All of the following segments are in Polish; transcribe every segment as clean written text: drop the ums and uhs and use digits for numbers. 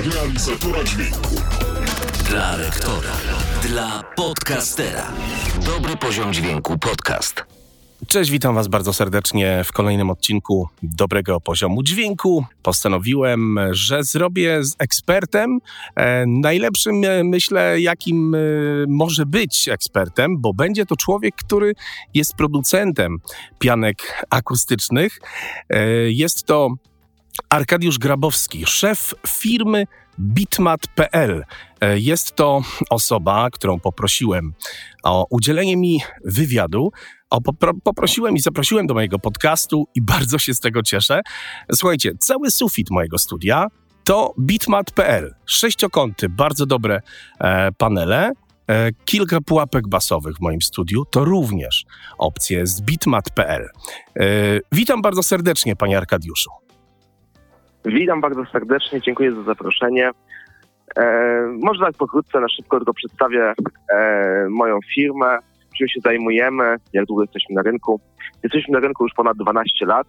realizatora dźwięku. Dla lektora. Dla podcastera. Dobry poziom dźwięku podcast. Cześć, witam Was bardzo serdecznie w kolejnym odcinku Dobrego Poziomu Dźwięku. Postanowiłem, że zrobię z ekspertem, najlepszym, myślę, jakim może być ekspertem, bo będzie to człowiek, który jest producentem pianek akustycznych. Jest to Arkadiusz Grabowski, szef firmy Bitmat.pl. Jest to osoba, którą poprosiłem o udzielenie mi wywiadu. Poprosiłem i zaprosiłem do mojego podcastu i bardzo się z tego cieszę. Słuchajcie, cały sufit mojego studia to Bitmat.pl. 6-kąty, bardzo dobre panele. Kilka pułapek basowych w moim studiu to również opcje z Bitmat.pl. Witam bardzo serdecznie, panie Arkadiuszu. Witam bardzo serdecznie, dziękuję za zaproszenie. Może tak pokrótce, na szybko tylko przedstawię moją firmę, czym się zajmujemy, jak długo jesteśmy na rynku. Jesteśmy na rynku już ponad 12 lat.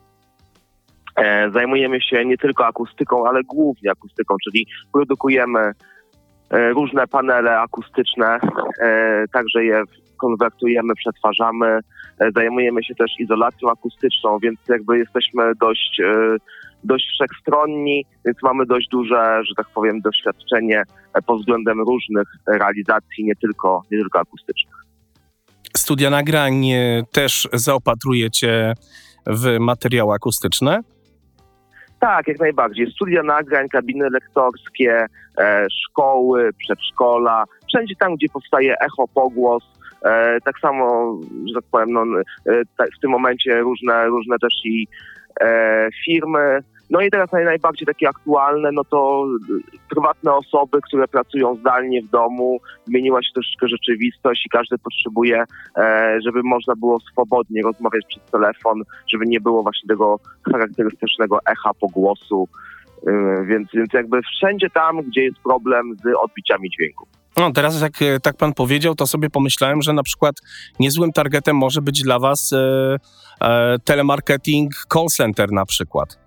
Zajmujemy się nie tylko akustyką, ale głównie akustyką, czyli produkujemy różne panele akustyczne, także je konwertujemy, przetwarzamy. Zajmujemy się też izolacją akustyczną, więc jakby jesteśmy dość wszechstronni, więc mamy dość duże, że tak powiem, doświadczenie pod względem różnych realizacji, nie tylko akustycznych. Studia nagrań też zaopatrujecie w materiały akustyczne? Tak, jak najbardziej. Studia nagrań, kabiny lektorskie, szkoły, przedszkola, wszędzie tam, gdzie powstaje echo, pogłos. Tak samo, że tak powiem, w tym momencie różne też i firmy. No i teraz najbardziej takie aktualne, no to prywatne osoby, które pracują zdalnie w domu. Zmieniła się troszeczkę rzeczywistość i każdy potrzebuje, żeby można było swobodnie rozmawiać przez telefon, żeby nie było właśnie tego charakterystycznego echa pogłosu. Więc jakby wszędzie tam, gdzie jest problem z odbiciami dźwięku. No teraz jak tak pan powiedział, to sobie pomyślałem, że na przykład niezłym targetem może być dla was telemarketing call center na przykład.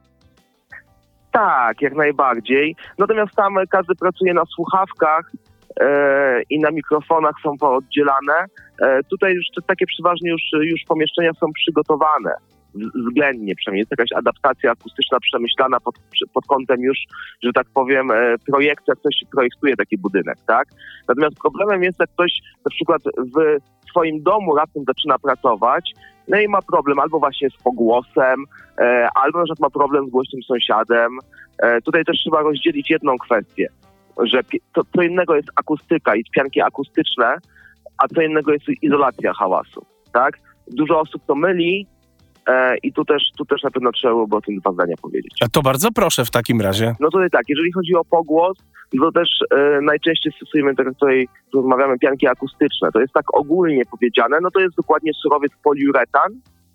Tak, jak najbardziej. Natomiast tam każdy pracuje na słuchawkach i na mikrofonach są pooddzielane. Tutaj już takie przeważnie już pomieszczenia są przygotowane. Względnie przynajmniej jest jakaś adaptacja akustyczna przemyślana pod kątem już, że tak powiem, projektu, jak ktoś projektuje taki budynek, tak? Natomiast problemem jest, jak ktoś na przykład w swoim domu raptem zaczyna pracować, no i ma problem albo właśnie z pogłosem, albo na przykład ma problem z głośnym sąsiadem. Tutaj też trzeba rozdzielić jedną kwestię, że co innego jest akustyka i pianki akustyczne, a co innego jest izolacja hałasu, tak? Dużo osób to myli, i tu też na pewno trzeba byłoby o tym dwa zdania powiedzieć. A to bardzo proszę w takim razie. No tutaj tak, jeżeli chodzi o pogłos, to też najczęściej stosujemy, tak jak tutaj rozmawiamy, pianki akustyczne. To jest tak ogólnie powiedziane, no to jest dokładnie surowiec poliuretan.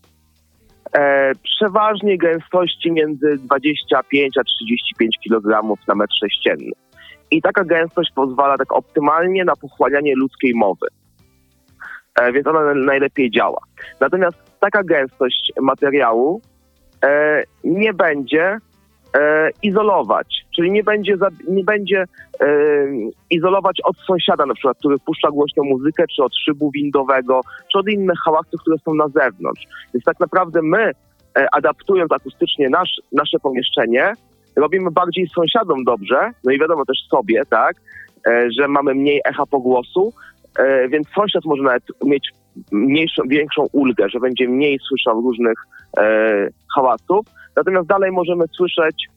Przeważnie gęstości między 25 a 35 kg na metr sześcienny. I taka gęstość pozwala tak optymalnie na pochłanianie ludzkiej mowy. Więc ona najlepiej działa. Natomiast taka gęstość materiału nie będzie izolować, czyli nie będzie izolować od sąsiada na przykład, który puszcza głośną muzykę, czy od szybu windowego, czy od innych hałasów, które są na zewnątrz. Więc tak naprawdę my, adaptując akustycznie nasze pomieszczenie, robimy bardziej sąsiadom dobrze, no i wiadomo też sobie, tak, że mamy mniej echa pogłosu, więc sąsiad może nawet mieć większą ulgę, że będzie mniej słyszał różnych hałasów, natomiast dalej możemy słyszeć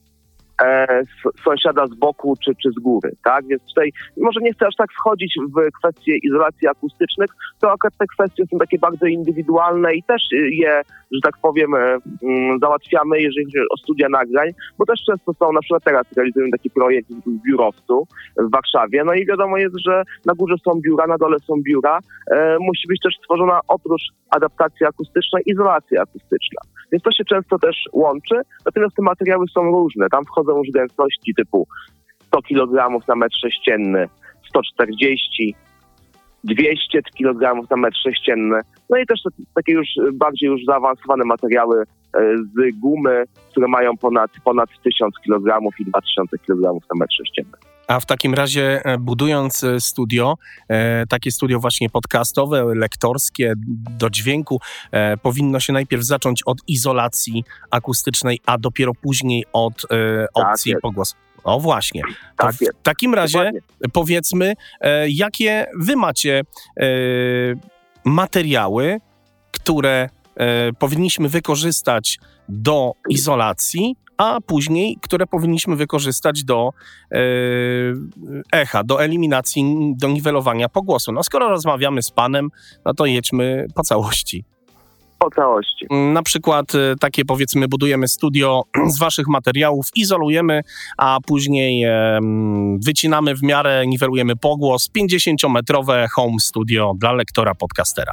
sąsiada z boku czy z góry, tak? Więc tutaj może nie chcę aż tak wchodzić w kwestie izolacji akustycznych, to akurat te kwestie są takie bardzo indywidualne i też je, że tak powiem, załatwiamy, jeżeli chodzi o studia nagrań, bo też często są, na przykład teraz realizujemy taki projekt w biurowcu w Warszawie, no i wiadomo jest, że na górze są biura, na dole są biura, musi być też stworzona oprócz adaptacji akustycznej izolacja akustyczna. Więc to się często też łączy, natomiast te materiały są różne. Tam wchodzą już gęstości typu 100 kg na metr sześcienny, 140, 200 kg na metr sześcienny. No i też takie już bardziej zaawansowane materiały z gumy, które mają ponad 1000 kg i 2000 kg na metr sześcienny. A w takim razie budując studio, takie studio właśnie podcastowe, lektorskie, do dźwięku, powinno się najpierw zacząć od izolacji akustycznej, a dopiero później od opcji pogłosu. O właśnie. To w takim razie powiedzmy, jakie wy macie materiały, które powinniśmy wykorzystać do izolacji, a później, które powinniśmy wykorzystać do echa, do eliminacji, do niwelowania pogłosu. No skoro rozmawiamy z panem, no to jedźmy po całości. Po całości. Na przykład takie powiedzmy budujemy studio z waszych materiałów, izolujemy, a później wycinamy w miarę, niwelujemy pogłos, 50-metrowe home studio dla lektora podcastera.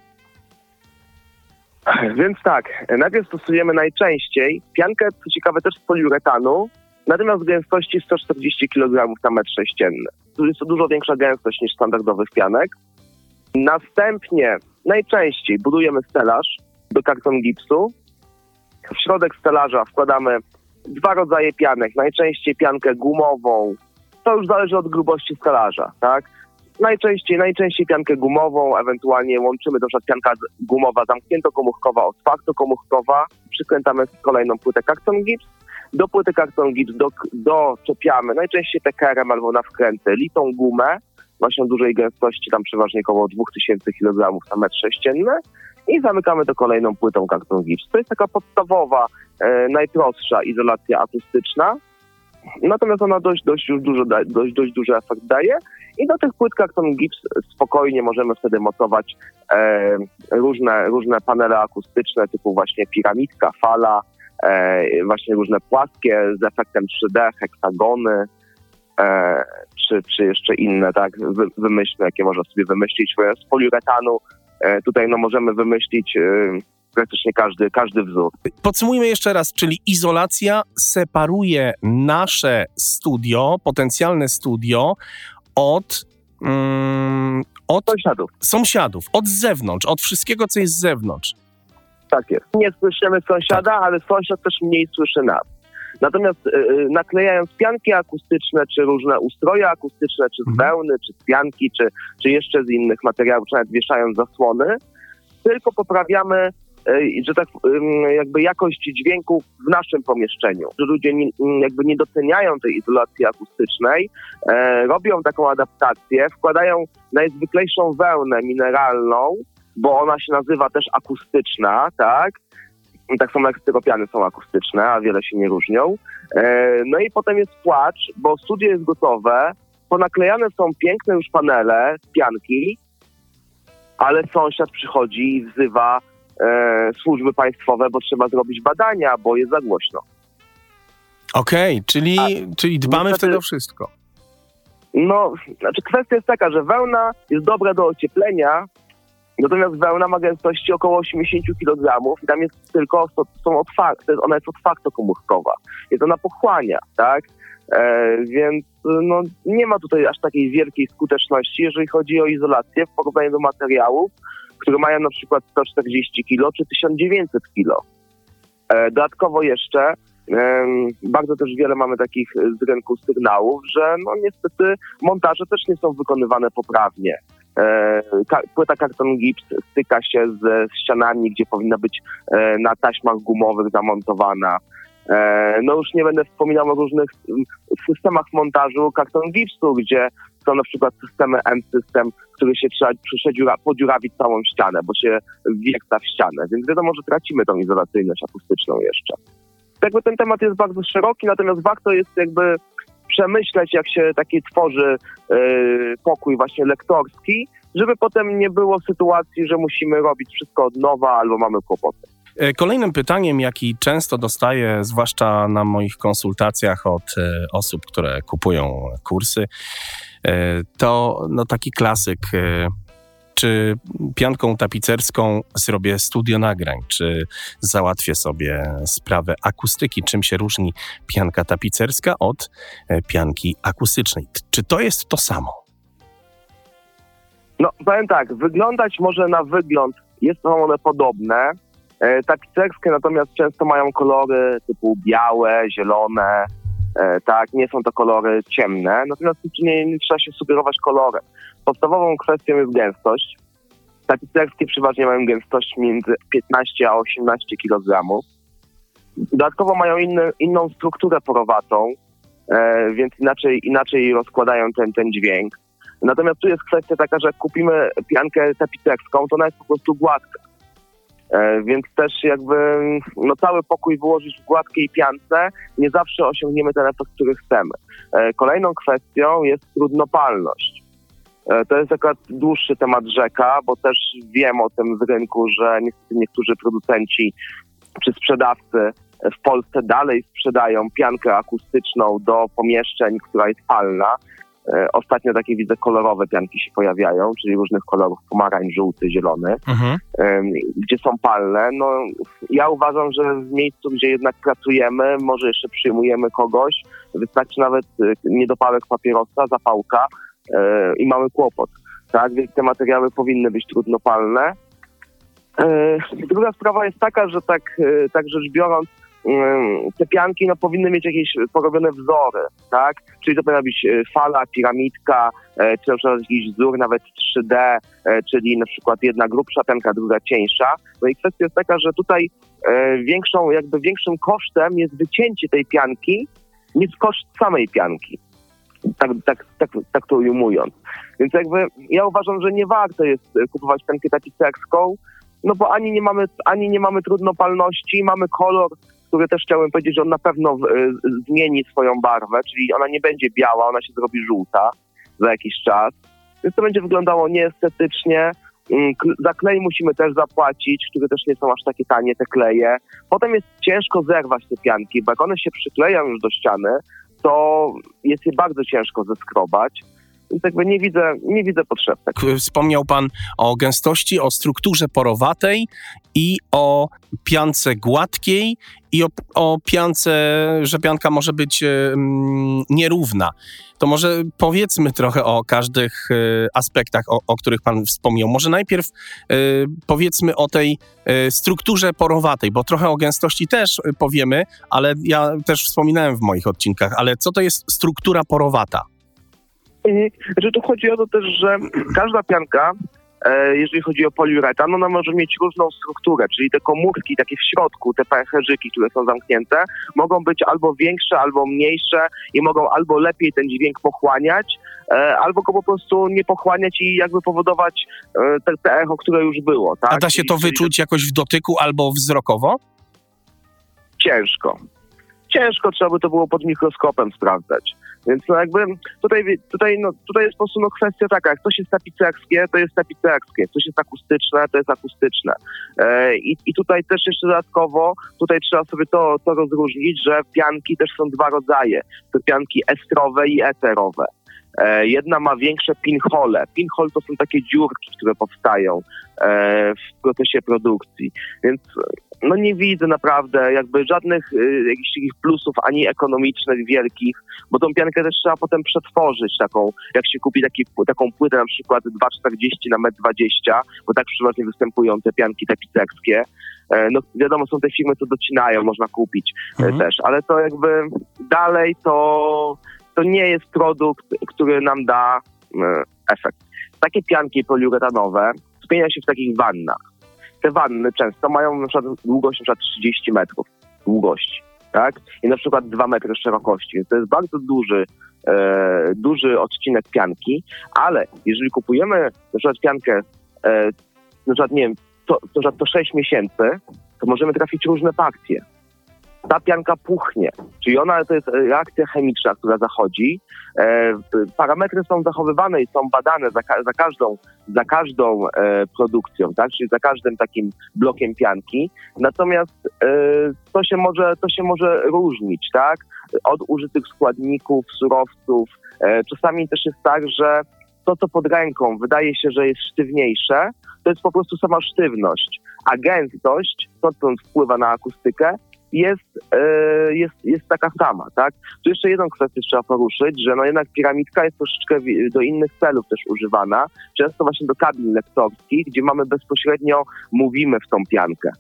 Więc tak, najpierw stosujemy najczęściej piankę, co ciekawe, też z poliuretanu, natomiast gęstości 140 kg na metr sześcienny. Tu jest to dużo większa gęstość niż standardowych pianek. Następnie najczęściej budujemy stelaż do karton gipsu. W środek stelaża wkładamy 2 rodzaje pianek, najczęściej piankę gumową, to już zależy od grubości stelaża, tak? Najczęściej piankę gumową, ewentualnie łączymy też pianka gumowa zamkniętokomórkowa, otwartokomórkowa, przykręcamy kolejną płytę karton gips. Do płyty karton gips doczepiamy najczęściej tekerem albo na wkręty litą gumę, właśnie o dużej gęstości, tam przeważnie około 2000 kg na metr sześcienny i zamykamy to kolejną płytą karton gips. To jest taka podstawowa, najprostsza izolacja akustyczna, natomiast ona dość duży efekt daje i do tych płyt karton gips spokojnie możemy wtedy mocować różne panele akustyczne typu właśnie piramidka, fala, właśnie różne płaskie z efektem 3D, heksagony, czy jeszcze inne, tak, wymyślne, jakie można sobie wymyślić z poliuretanu. Tutaj możemy wymyślić praktycznie każdy wzór. Podsumujmy jeszcze raz, czyli izolacja separuje nasze studio, potencjalne studio od sąsiadów, od zewnątrz, od wszystkiego, co jest z zewnątrz. Tak jest. Nie słyszymy sąsiada, ale sąsiad też mniej słyszy nas. Natomiast naklejając pianki akustyczne, czy różne ustroje akustyczne, czy z wełny, czy z pianki, czy jeszcze z innych materiałów, czy nawet wieszając zasłony, tylko poprawiamy że tak jakby jakość dźwięku w naszym pomieszczeniu. Że ludzie nie doceniają tej izolacji akustycznej, robią taką adaptację, wkładają najzwyklejszą wełnę mineralną, bo ona się nazywa też akustyczna, tak? Tak samo jak styropiany są akustyczne, a wiele się nie różnią. No i potem jest płacz, bo studio jest gotowe, ponaklejane są piękne już panele z pianki, ale sąsiad przychodzi i wzywa służby państwowe, bo trzeba zrobić badania, bo jest za głośno. Okej, czyli dbamy wtedy o wszystko. No, znaczy kwestia jest taka, że wełna jest dobra do ocieplenia, natomiast wełna ma gęstości około 80 kg i tam jest tylko, ona jest otwartokomórkowa, więc ona pochłania, tak? Więc nie ma tutaj aż takiej wielkiej skuteczności, jeżeli chodzi o izolację w porównaniu do materiałów, które mają na przykład 140 kg czy 1900 kg. Dodatkowo jeszcze bardzo też wiele mamy takich z rynku sygnałów, że niestety montaże też nie są wykonywane poprawnie. Płyta karton gips styka się z ścianami, gdzie powinna być na taśmach gumowych zamontowana. Już nie będę wspominał o różnych systemach montażu karton gipsu, gdzie są na przykład systemy M-System, który się trzeba podziurawić całą ścianę, bo się wierca w ścianę. Więc wiadomo, że tracimy tą izolacyjność akustyczną jeszcze. Jakby ten temat jest bardzo szeroki, natomiast warto jest jakby przemyśleć, jak się taki tworzy pokój właśnie lektorski, żeby potem nie było sytuacji, że musimy robić wszystko od nowa albo mamy kłopoty. Kolejnym pytaniem, jaki często dostaję, zwłaszcza na moich konsultacjach od osób, które kupują kursy, to taki klasyk. Czy pianką tapicerską zrobię studio nagrań, czy załatwię sobie sprawę akustyki? Czym się różni pianka tapicerska od pianki akustycznej? Czy to jest to samo? Powiem tak, wyglądać może na wygląd są one podobne. Tapicerskie natomiast często mają kolory typu białe, zielone, tak, nie są to kolory ciemne, natomiast nie trzeba się sugerować kolorem. Podstawową kwestią jest gęstość. Tapicerskie przeważnie mają gęstość między 15 a 18 kg. Dodatkowo mają inną strukturę porowatą, więc inaczej rozkładają ten dźwięk. Natomiast tu jest kwestia taka, że jak kupimy piankę tapicerską, to ona jest po prostu gładka. Więc też jakby cały pokój wyłożyć w gładkiej piance, nie zawsze osiągniemy ten efekt, który chcemy. Kolejną kwestią jest trudnopalność. To jest akurat dłuższy temat rzeka, bo też wiem o tym z rynku, że niestety niektórzy producenci czy sprzedawcy w Polsce dalej sprzedają piankę akustyczną do pomieszczeń, która jest palna. Ostatnio takie widzę kolorowe pianki się pojawiają, czyli różnych kolorów, pomarańcz, żółty, zielony, gdzie są palne. Ja uważam, że w miejscu, gdzie jednak pracujemy, może jeszcze przyjmujemy kogoś, wystarczy nawet niedopałek papierosa, zapałka i mamy kłopot. Tak? Więc te materiały powinny być trudnopalne. Druga sprawa jest taka, że tak rzecz biorąc, te pianki powinny mieć jakieś porobione wzory, tak? Czyli to powinna być fala, piramidka, czy na przykład jakiś wzór nawet 3D, czyli na przykład jedna grubsza pianka, druga cieńsza. No i kwestia jest taka, że tutaj większym kosztem jest wycięcie tej pianki niż koszt samej pianki. Tak to ujmując. Więc ja uważam, że nie warto jest kupować piankę tapicerską, no bo ani nie mamy trudnopalności, mamy kolor, który też chciałem powiedzieć, że on na pewno zmieni swoją barwę, czyli ona nie będzie biała, ona się zrobi żółta za jakiś czas. Więc to będzie wyglądało nieestetycznie. Za klej musimy też zapłacić, które też nie są aż takie tanie, te kleje. Potem jest ciężko zerwać te pianki, bo jak one się przykleją już do ściany, to jest je bardzo ciężko zeskrobać. Więc nie widzę potrzeb. Wspomniał pan o gęstości, o strukturze porowatej i o piance gładkiej i o piance, że pianka może być nierówna. To może powiedzmy trochę o każdych aspektach, o których pan wspomniał. Może najpierw powiedzmy o tej strukturze porowatej, bo trochę o gęstości też powiemy, ale ja też wspominałem w moich odcinkach, ale co to jest struktura porowata? Że tu chodzi o to też, że każda pianka, jeżeli chodzi o poliuretan, ona może mieć różną strukturę, czyli te komórki takie w środku, te pęcherzyki, które są zamknięte, mogą być albo większe, albo mniejsze i mogą albo lepiej ten dźwięk pochłaniać, albo go po prostu nie pochłaniać i jakby powodować te echo, które już było. Tak? A da się to wyczuć jakoś w dotyku albo wzrokowo? Ciężko, trzeba by to było pod mikroskopem sprawdzać. Więc tutaj jest po prostu kwestia taka, jak coś jest tapicerskie, to jest tapicerskie, coś jest akustyczne, to jest akustyczne. I tutaj też jeszcze dodatkowo, trzeba sobie to rozróżnić, że pianki też są dwa rodzaje. To pianki estrowe i eterowe. Jedna ma większe pinhole. Pinhole to są takie dziurki, które powstają w procesie produkcji. Więc nie widzę naprawdę żadnych jakichś takich plusów ani ekonomicznych wielkich, bo tą piankę też trzeba potem przetworzyć taką, jak się kupi taką płytę na przykład 2,40 na 1,20 m, bo tak przeważnie występują te pianki tapicerskie. Wiadomo, są te firmy, co docinają, można kupić też, ale to dalej to nie jest produkt, który nam da efekt. Takie pianki poliuretanowe spienia się w takich wannach. Te wanny często mają na przykład długość 30 metrów długości, tak? I na przykład 2 metry szerokości. Więc to jest bardzo duży odcinek pianki, ale jeżeli kupujemy na przykład piankę, na przykład nie wiem, to 6 miesięcy, to możemy trafić różne partie. Ta pianka puchnie, czyli to jest reakcja chemiczna, która zachodzi. Parametry są zachowywane i są badane za każdą produkcją, tak? Czyli za każdym takim blokiem pianki. Natomiast to się może różnić, tak? Od użytych składników, surowców. Czasami też jest tak, że to, co pod ręką wydaje się, że jest sztywniejsze, to jest po prostu sama sztywność, a gęstość, to co wpływa na akustykę, jest taka sama, tak? Tu jeszcze jedną kwestię trzeba poruszyć, że no jednak piramidka jest troszeczkę do innych celów też używana, często właśnie do kabin lektorskich, gdzie mamy bezpośrednio, mówimy w tą piankę.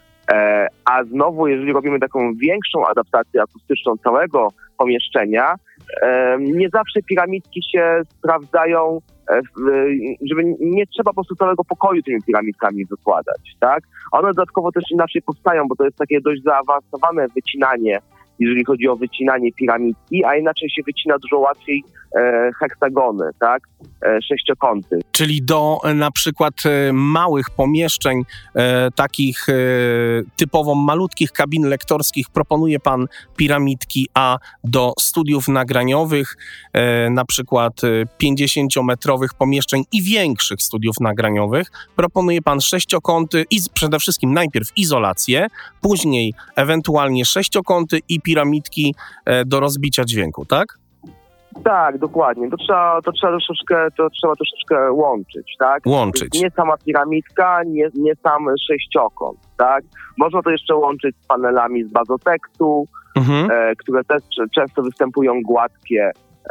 A znowu, jeżeli robimy taką większą adaptację akustyczną całego pomieszczenia, nie zawsze piramidki się sprawdzają, żeby nie trzeba po prostu całego pokoju tymi piramidkami wykładać, tak? One dodatkowo też inaczej powstają, bo to jest takie dość zaawansowane wycinanie, jeżeli chodzi o wycinanie piramidki, a inaczej się wycina dużo łatwiej heksagony, tak? Sześciokąty. Czyli do na przykład małych pomieszczeń, takich typowo malutkich kabin lektorskich proponuje pan piramidki, a do studiów nagraniowych, na przykład 50-metrowych pomieszczeń i większych studiów nagraniowych proponuje pan sześciokąty i przede wszystkim najpierw izolację, później ewentualnie sześciokąty i piramidki do rozbicia dźwięku, tak? Tak, dokładnie. To trzeba troszeczkę łączyć, tak? Łączyć. Nie sama piramidka, nie sam sześciokąt, tak? Można to jeszcze łączyć z panelami z bazotekstu, które też często występują gładkie,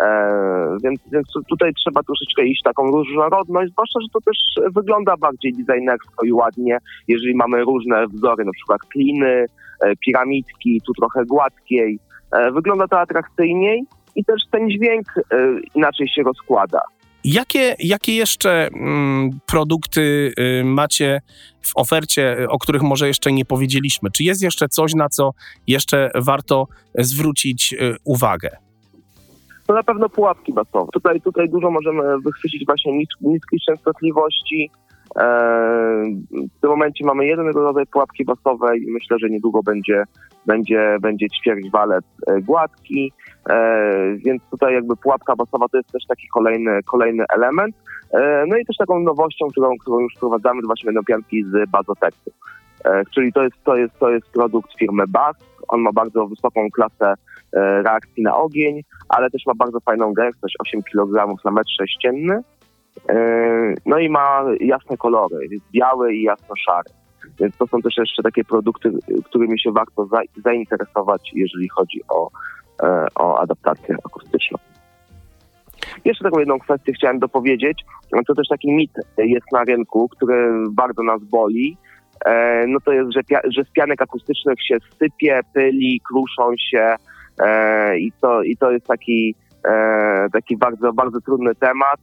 więc tutaj trzeba troszeczkę iść taką różnorodność, zwłaszcza, że to też wygląda bardziej designersko i ładnie, jeżeli mamy różne wzory, na przykład kliny, piramidki, tu trochę gładkiej. Wygląda to atrakcyjniej i też ten dźwięk inaczej się rozkłada. Jakie jeszcze produkty macie w ofercie, o których może jeszcze nie powiedzieliśmy? Czy jest jeszcze coś, na co jeszcze warto zwrócić uwagę? To na pewno pułapki basowe. Tutaj dużo możemy wychwycić właśnie niskiej częstotliwości. W tym momencie mamy jeden rodzaj pułapki basowej i myślę, że niedługo będzie ćwierćwalec gładki, więc tutaj jakby pułapka basowa to jest też taki kolejny element. No i też taką nowością, którą już wprowadzamy, to właśnie będą pianki z bazotekstu. Czyli to jest produkt firmy Bass. On ma bardzo wysoką klasę reakcji na ogień, ale też ma bardzo fajną gęstość, 8 kg na metr sześcienny. No i ma jasne kolory, jest biały i jasno-szary. Więc to są też jeszcze takie produkty, którymi się warto zainteresować, jeżeli chodzi o adaptację akustyczną. Jeszcze taką jedną kwestię chciałem dopowiedzieć. To też taki mit jest na rynku, który bardzo nas boli. No to jest, że z pianek akustycznych się sypie, pyli, kruszą się i to jest taki bardzo, bardzo trudny temat.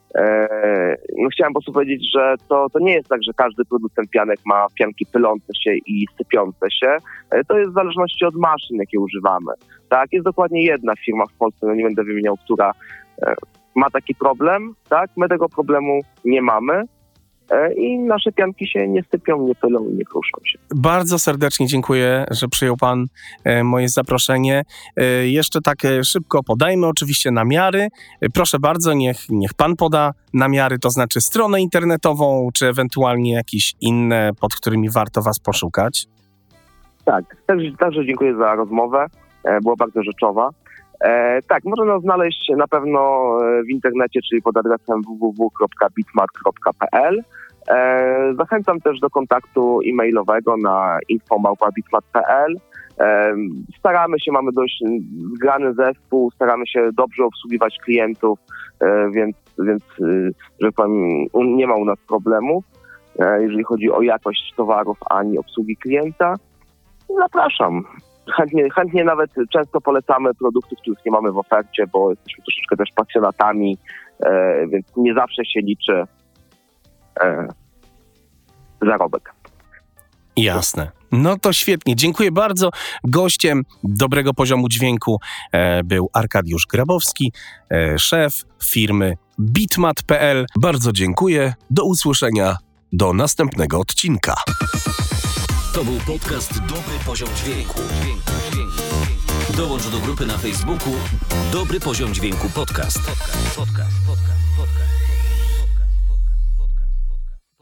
No chciałem po prostu powiedzieć, że to nie jest tak, że każdy producent pianek ma pianki pylące się i sypiące się. To jest w zależności od maszyn, jakie używamy. Tak, jest dokładnie jedna firma w Polsce, no nie będę wymieniał, która ma taki problem. Tak, my tego problemu nie mamy. I nasze pianki się nie sypią, nie pylą i nie kruszą się. Bardzo serdecznie dziękuję, że przyjął pan moje zaproszenie. Jeszcze tak szybko podajmy oczywiście namiary. Proszę bardzo, niech pan poda namiary, to znaczy stronę internetową, czy ewentualnie jakieś inne, pod którymi warto was poszukać. Tak, także dziękuję za rozmowę. Była bardzo rzeczowa. Tak, można nas znaleźć na pewno w internecie, czyli pod adresem www.bitmat.pl. Zachęcam też do kontaktu e-mailowego na info@bitmat.pl. Staramy się, mamy dość zgrany zespół, staramy się dobrze obsługiwać klientów, więc że powiem, nie ma u nas problemów, jeżeli chodzi o jakość towarów ani obsługi klienta. Zapraszam. Chętnie nawet często polecamy produkty, których nie mamy w ofercie, bo jesteśmy troszeczkę też pasjonatami, więc nie zawsze się liczy zarobek. Jasne. No to świetnie. Dziękuję bardzo. Gościem Dobrego Poziomu Dźwięku był Arkadiusz Grabowski, szef firmy Bitmat.pl. Bardzo dziękuję. Do usłyszenia. Do następnego odcinka. To był podcast Dobry Poziom Dźwięku. Dołącz do grupy na Facebooku Dobry Poziom Dźwięku Podcast.